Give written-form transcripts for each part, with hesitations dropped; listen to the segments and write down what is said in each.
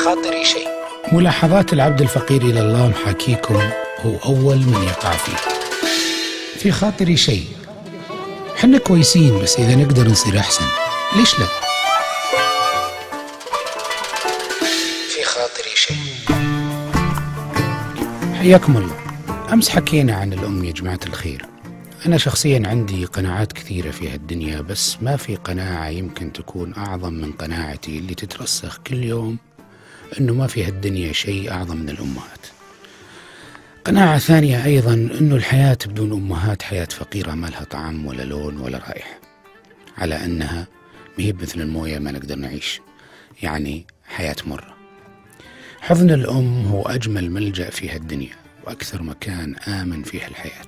خاطري شيء. ملاحظات العبد الفقير إلى الله محاكيكم هو أول من يقع فيه. في خاطري شيء، حنا كويسين بس إذا نقدر نصير أحسن ليش لا؟ في خاطري شيء. حياكم الله. أمس حكينا عن الأم يا جماعة الخير. أنا شخصيا عندي قناعات كثيرة في هالدنيا، بس ما في قناعة يمكن تكون أعظم من قناعتي اللي تترسخ كل يوم أنه ما في هالدنيا شيء أعظم من الأمهات. قناعة ثانية أيضا أنه الحياة بدون أمهات حياة فقيرة، ما لها طعم ولا لون ولا رائحة، على أنها مهي مثل الموية ما نقدر نعيش، يعني حياة مرة. حضن الأم هو أجمل ملجأ في هالدنيا وأكثر مكان آمن فيه الحياة.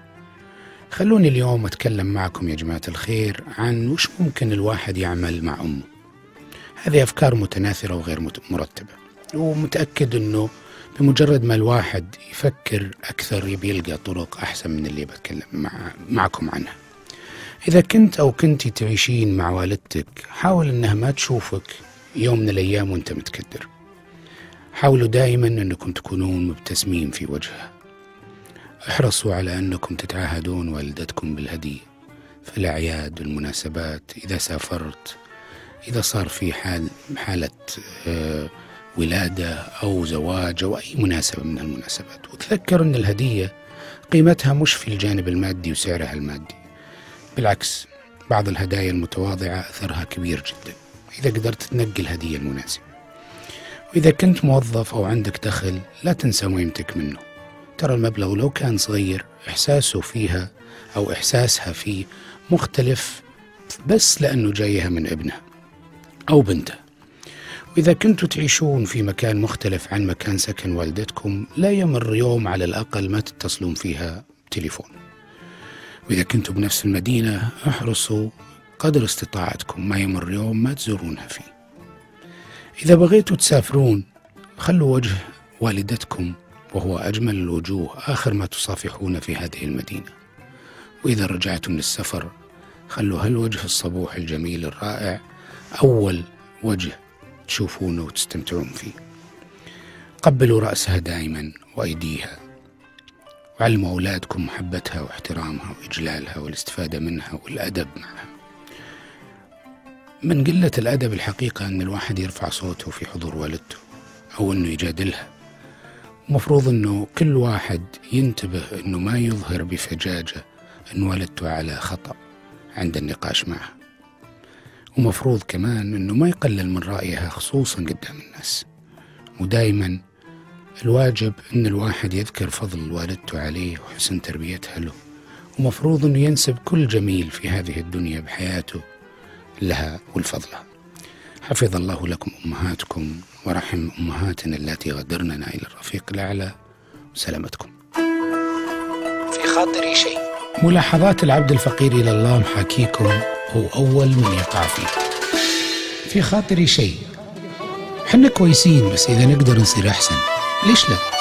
خلوني اليوم أتكلم معكم يا جماعة الخير عن وش ممكن الواحد يعمل مع أمه. هذه أفكار متناثرة وغير مرتبة، ومتأكد أنه بمجرد ما الواحد يفكر أكثر يلقى طرق أحسن من اللي بتكلم معكم عنها. إذا كنت أو كنتي تعيشين مع والدتك، حاول أنها ما تشوفك يوم من الأيام وأنت متكدر. حاولوا دائما أنكم تكونون مبتسمين في وجهها. احرصوا على أنكم تتعاهدون والدتكم بالهدية في الأعياد والمناسبات، إذا سافرت، إذا صار في حالة ولادة أو زواج أو أي مناسبة من المناسبات. وتذكر أن الهدية قيمتها مش في الجانب المادي وسعرها المادي، بالعكس بعض الهدايا المتواضعة أثرها كبير جدا إذا قدرت تنقي الهدية المناسبة. وإذا كنت موظف أو عندك دخل، لا تنسى قيمتك منه. ترى المبلغ لو كان صغير إحساسه فيها أو إحساسها فيه مختلف بس لأنه جايها من ابنها أو بنتها. وإذا كنتوا تعيشون في مكان مختلف عن مكان سكن والدتكم، لا يمر يوم على الأقل ما تتصلون فيها بتليفون. وإذا كنتوا بنفس المدينة، احرصوا قدر استطاعتكم ما يمر يوم ما تزورونها فيه. إذا بغيتوا تسافرون، خلوا وجه والدتكم وهو أجمل الوجوه آخر ما تصافحون في هذه المدينة. وإذا رجعتم من السفر، خلوا هالوجه الصبوح الجميل الرائع أول وجه تشوفونه وتستمتعون فيه. قبلوا رأسها دائما وأيديها، وعلموا أولادكم محبتها واحترامها وإجلالها والاستفادة منها والأدب معها. من قلة الأدب الحقيقة أن الواحد يرفع صوته في حضور والدته أو أنه يجادلها. مفروض أنه كل واحد ينتبه أنه ما يظهر بفجاجة أن والدته على خطأ عند النقاش معها. ومفروض كمان أنه ما يقلل من رأيها خصوصا قدام الناس. ودائما الواجب أن الواحد يذكر فضل والدته عليه وحسن تربيتها له. ومفروض أنه ينسب كل جميل في هذه الدنيا بحياته لها والفضلها. حفظ الله لكم أمهاتكم ورحم أمهاتنا التي غدرننا إلى الرفيق الأعلى، وسلامتكم. في خاطري شيء. ملاحظات العبد الفقير إلى الله محاكيكم هو أول من يقع فيه. في خاطري شيء، حنا كويسين بس إذا نقدر نصير أحسن ليش لا؟